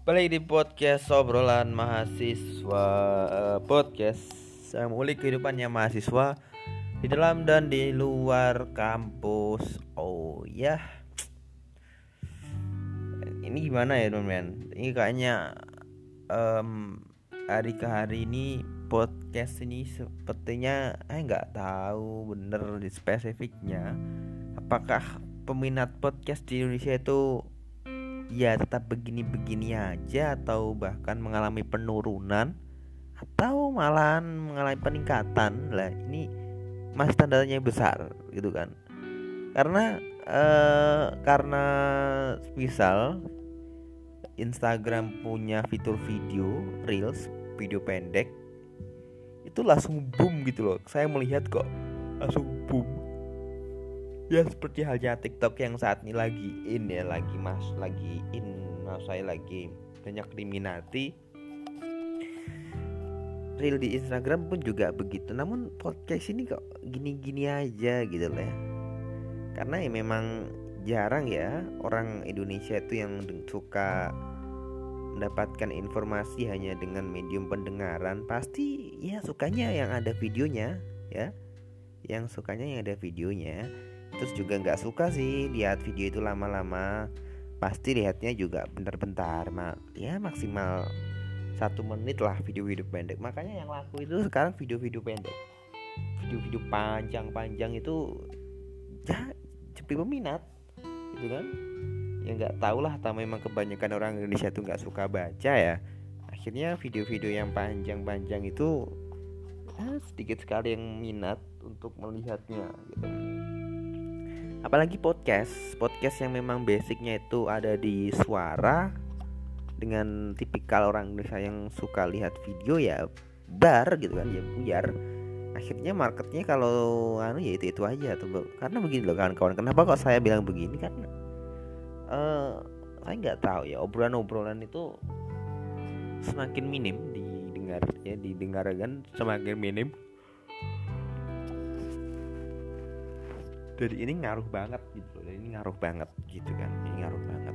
Balik di podcast obrolan mahasiswa, podcast yang mengulik kehidupannya mahasiswa di dalam dan di luar kampus. Oh ya, ini gimana ya teman-teman? Ini kayaknya hari ke hari ini podcast ini sepertinya nggak tahu bener di spesifiknya. Apakah peminat podcast di Indonesia itu ya tetap begini-begini aja atau bahkan mengalami penurunan atau malahan mengalami peningkatan? Lah ini mas standarnya besar gitu kan, karena misal Instagram punya fitur video reels, video pendek, itu langsung boom gitu loh. Saya melihat kok langsung boom. Ya seperti halnya TikTok yang saat ini lagi in ya, lagi in, saya lagi banyak diminati. Reel di Instagram pun juga begitu. Namun podcast ini kok gini-gini aja gitu loh ya. Karena ya memang jarang ya orang Indonesia itu yang suka mendapatkan informasi hanya dengan medium pendengaran. Pasti ya sukanya yang ada videonya ya. Yang sukanya yang ada videonya. Terus juga nggak suka sih lihat video itu lama-lama. Pasti lihatnya juga bentar-bentar, ya maksimal 1 menit lah video-video pendek. Makanya yang laku itu sekarang video-video pendek, video-video panjang-panjang itu ya sepi peminat gitu kan. Ya nggak tahu lah, atau memang kebanyakan orang Indonesia tuh nggak suka baca ya. Akhirnya video-video yang panjang-panjang itu sedikit sekali yang minat untuk melihatnya gitu. Apalagi podcast yang memang basicnya itu ada di suara, dengan tipikal orang Indonesia yang suka lihat video ya gitu kan, ya buyar. Akhirnya marketnya kalau ya itu aja tuh. Karena begini loh kawan-kawan, kenapa kok saya bilang begini, karena saya nggak tahu ya, obrolan itu semakin minim didengarkan semakin minim. Jadi ini ngaruh banget gitu loh. Ini ngaruh banget gitu kan. Ini ngaruh banget.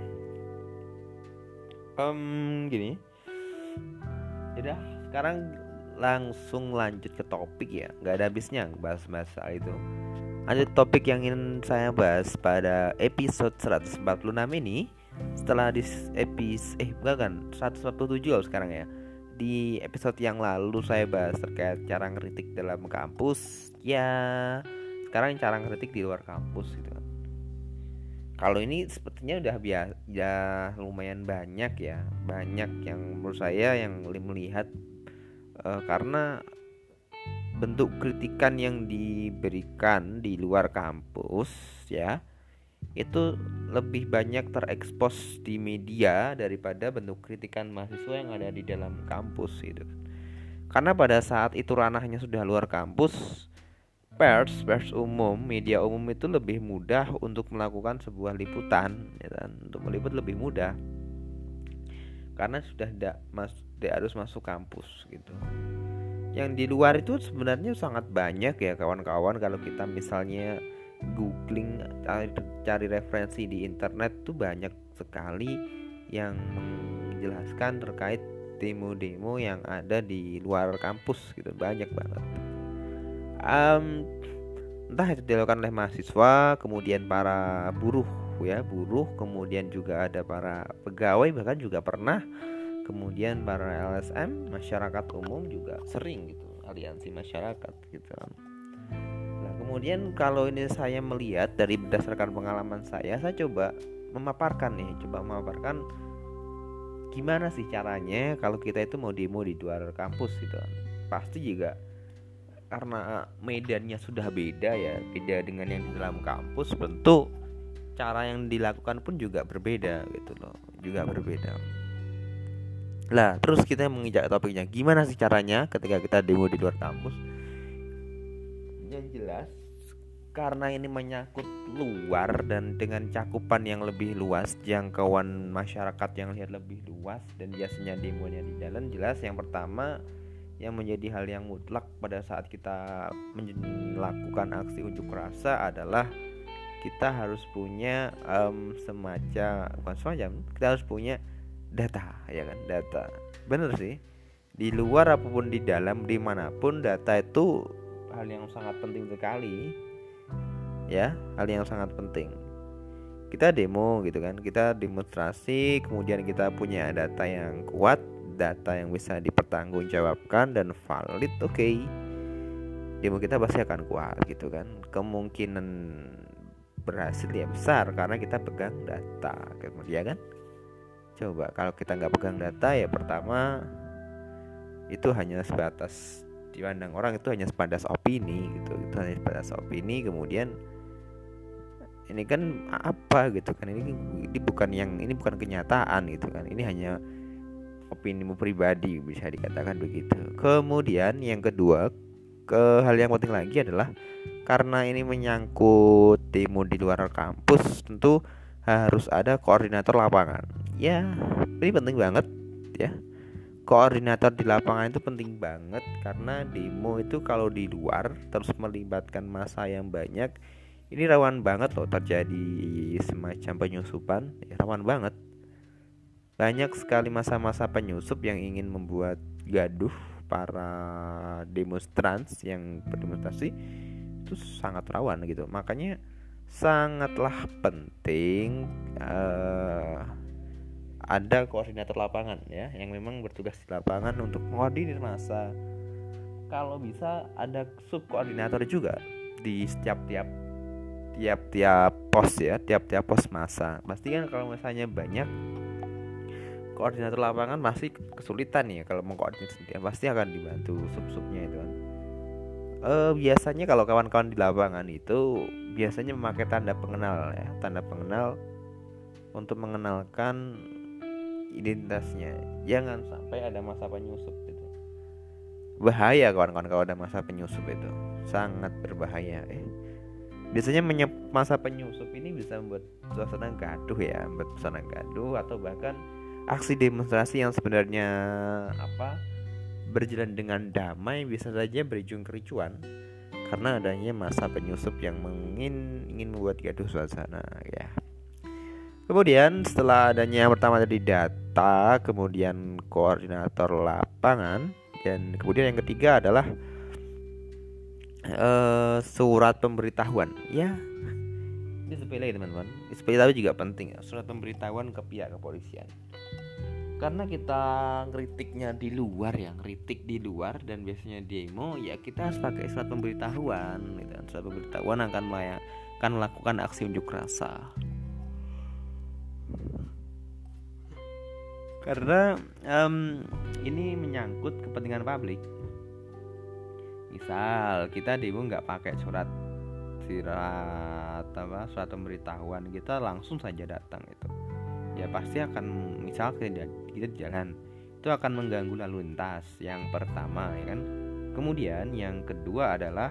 Gini. Yaudah, sekarang langsung lanjut ke topik ya. Nggak ada habisnya bahas-bahas soal itu. Lanjut topik yang ingin saya bahas pada episode 146 ini. Setelah di bukan 147 loh sekarang ya. Di episode yang lalu saya bahas terkait cara ngeritik dalam kampus. Ya, sekarang cara ngeritik di luar kampus gitu kan. Kalau ini sepertinya udah lumayan banyak ya, banyak yang menurut saya yang melihat karena bentuk kritikan yang diberikan di luar kampus ya, itu lebih banyak terekspos di media daripada bentuk kritikan mahasiswa yang ada di dalam kampus gitu. Karena pada saat itu ranahnya sudah luar kampus, pers umum, media umum itu lebih mudah untuk melakukan sebuah liputan ya kan? Untuk meliput lebih mudah karena sudah tidak harus masuk kampus gitu. Yang di luar itu sebenarnya sangat banyak ya kawan-kawan. Kalau kita misalnya googling, cari referensi di internet tuh banyak sekali yang menjelaskan terkait demo-demo yang ada di luar kampus gitu, banyak banget. Entah itu dilakukan oleh mahasiswa, kemudian para buruh, kemudian juga ada para pegawai, bahkan juga pernah, kemudian para LSM, masyarakat umum juga sering gitu, aliansi masyarakat gitu. Nah kemudian kalau ini saya melihat dari berdasarkan pengalaman saya coba memaparkan gimana sih caranya kalau kita itu mau demo di luar kampus gitu kan. Pasti juga karena medannya sudah beda dengan yang di dalam kampus, tentu cara yang dilakukan pun juga berbeda gitu loh, Lah terus kita menginjak topiknya, gimana sih caranya ketika kita demo di luar kampus. Yang jelas karena ini menyangkut luar dan dengan cakupan yang lebih luas, jangkauan masyarakat yang lihat lebih luas, dan biasanya demonya di jalan, jelas yang pertama yang menjadi hal yang mutlak pada saat kita melakukan aksi unjuk rasa adalah kita harus punya kita harus punya data, ya kan, data. Bener sih, di luar apapun di dalam dimanapun data itu hal yang sangat penting sekali, ya, hal yang sangat penting. Kita demo gitu kan, kita demonstrasi, kemudian kita punya data yang kuat, data yang bisa dipertanggungjawabkan dan valid, oke, demo kita pasti akan kuat gitu kan. Kemungkinan berhasil ya besar karena kita pegang data, kemudian kan. Coba kalau kita nggak pegang data, ya pertama itu hanya sebatas dipandang orang, itu hanya sebatas opini gitu, itu hanya sebatas opini. Kemudian ini kan apa gitu kan, ini bukan kenyataan gitu kan, ini hanya opinimu pribadi, bisa dikatakan begitu. Kemudian yang kedua, hal yang penting lagi adalah karena ini menyangkut demo di luar kampus, tentu harus ada koordinator lapangan. Ya, ini penting banget ya. Koordinator di lapangan itu penting banget karena demo itu kalau di luar terus melibatkan massa yang banyak, ini rawan banget loh terjadi semacam penyusupan, ya, rawan banget. Banyak sekali masa-masa penyusup yang ingin membuat gaduh para demonstrans yang berdemonstrasi, itu sangat rawan gitu. Makanya sangatlah penting ada koordinator lapangan ya, yang memang bertugas di lapangan untuk mengoordinir massa. Kalau bisa ada subkoordinator juga di setiap tiap pos ya, tiap pos massa. Pasti kan kalau misalnya banyak, koordinator lapangan pasti kesulitan ya kalau mengkoordinir sendiri, pasti akan dibantu sub-subnya itu kan. Biasanya kalau kawan-kawan di lapangan itu biasanya memakai tanda pengenal ya, tanda pengenal untuk mengenalkan identitasnya. Jangan sampai ada masa penyusup itu. Bahaya kawan-kawan kalau ada masa penyusup, itu sangat berbahaya. Biasanya masa penyusup ini bisa membuat suasana gaduh ya, membuat suasana gaduh, atau bahkan aksi demonstrasi yang sebenarnya berjalan dengan damai bisa saja berujung kericuan karena adanya masa penyusup yang ingin membuat gaduh suasana ya. Kemudian setelah adanya pertama tadi data, kemudian koordinator lapangan, dan kemudian yang ketiga adalah surat pemberitahuan ya. Ini sepele teman-teman, sepele tapi juga penting ya, surat pemberitahuan ke pihak kepolisian. Karena kita kritiknya di luar ya, kritik di luar dan biasanya demo, ya kita harus pakai surat pemberitahuan gitu. Surat pemberitahuan akan melakukan aksi unjuk rasa. Karena ini menyangkut kepentingan publik. Misal kita demo nggak pakai surat pemberitahuan, kita langsung saja datang itu, ya pasti akan, misal kita jalan, itu akan mengganggu lalu lintas. Yang pertama ya kan. Kemudian yang kedua adalah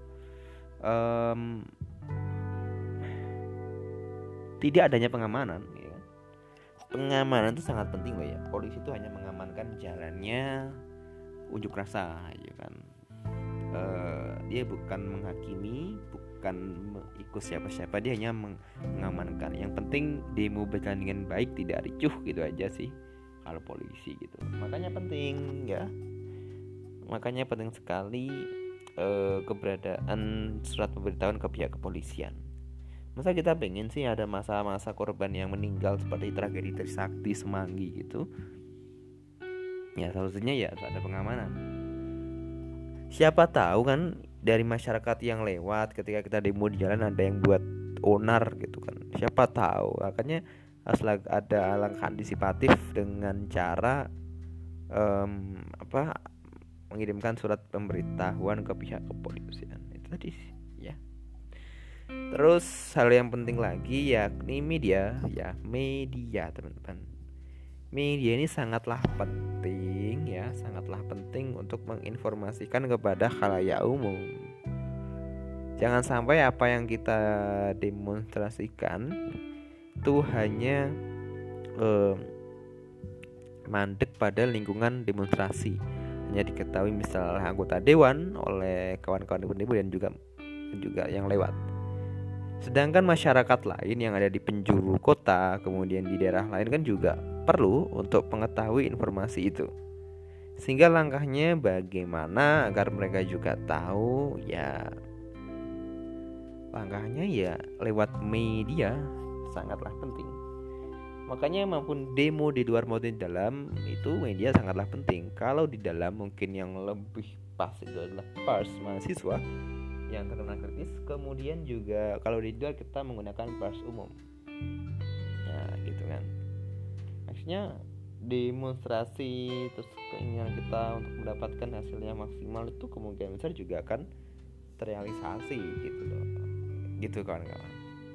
tidak adanya pengamanan ya. Pengamanan itu sangat penting loh ya. Polisi itu hanya mengamankan jalannya unjuk rasa ya kan. Dia bukan menghakimi, bukan ikut siapa-siapa, dia hanya mengamankan. Yang penting demo berjalan dengan baik, tidak ricuh, gitu aja sih kalau polisi gitu. Makanya penting ya, makanya penting sekali keberadaan surat pemberitahuan ke pihak kepolisian. Masa kita pengen sih ada masa-masa korban yang meninggal seperti tragedi Trisakti Semanggi gitu. Ya solusinya ya harus ada pengamanan. Siapa tahu kan dari masyarakat yang lewat ketika kita demo di jalan ada yang buat onar gitu kan. Siapa tahu, makanya harus ada langkah antisipatif dengan cara mengirimkan surat pemberitahuan ke pihak kepolisian. Itu tadi ya. Terus hal yang penting lagi yakni media teman-teman. Media ini sangatlah penting ya, sangatlah penting untuk menginformasikan kepada khalayak umum. Jangan sampai apa yang kita demonstrasikan itu hanya mandek pada lingkungan demonstrasi, hanya diketahui misalnya anggota dewan oleh kawan-kawan demo dan juga yang lewat. Sedangkan masyarakat lain yang ada di penjuru kota, kemudian di daerah lain kan juga perlu untuk mengetahui informasi itu. Sehingga langkahnya bagaimana agar mereka juga tahu, ya langkahnya ya lewat media sangatlah penting. Makanya maupun demo di luar maupun di dalam itu media sangatlah penting. Kalau di dalam mungkin yang lebih pas itu adalah pers mahasiswa yang terkena kritis. Kemudian juga kalau di luar kita menggunakan pers umum. Ya gitu kan. Maksudnya demonstrasi terus keinginan kita untuk mendapatkan hasilnya maksimal itu kemungkinan besar juga akan terrealisasi gitu loh. Gitu kawan-kawan.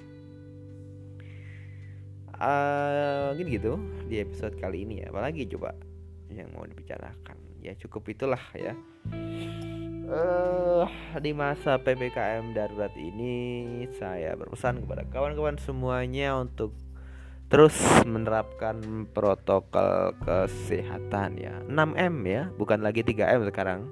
Mungkin gitu di episode kali ini ya. Apalagi coba yang mau dibicarakan. Ya cukup itulah ya. Di masa PPKM darurat ini saya berpesan kepada kawan-kawan semuanya untuk terus menerapkan protokol kesehatan ya. 6M ya, bukan lagi 3M sekarang.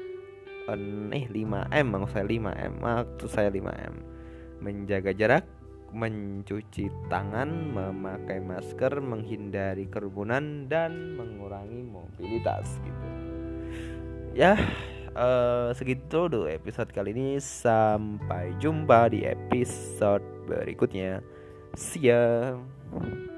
5M maksud saya 5M. Maksud saya 5M. Menjaga jarak, mencuci tangan, memakai masker, menghindari kerumunan dan mengurangi mobilitas gitu. Ya, segitu dulu episode kali ini. Sampai jumpa di episode berikutnya. See ya.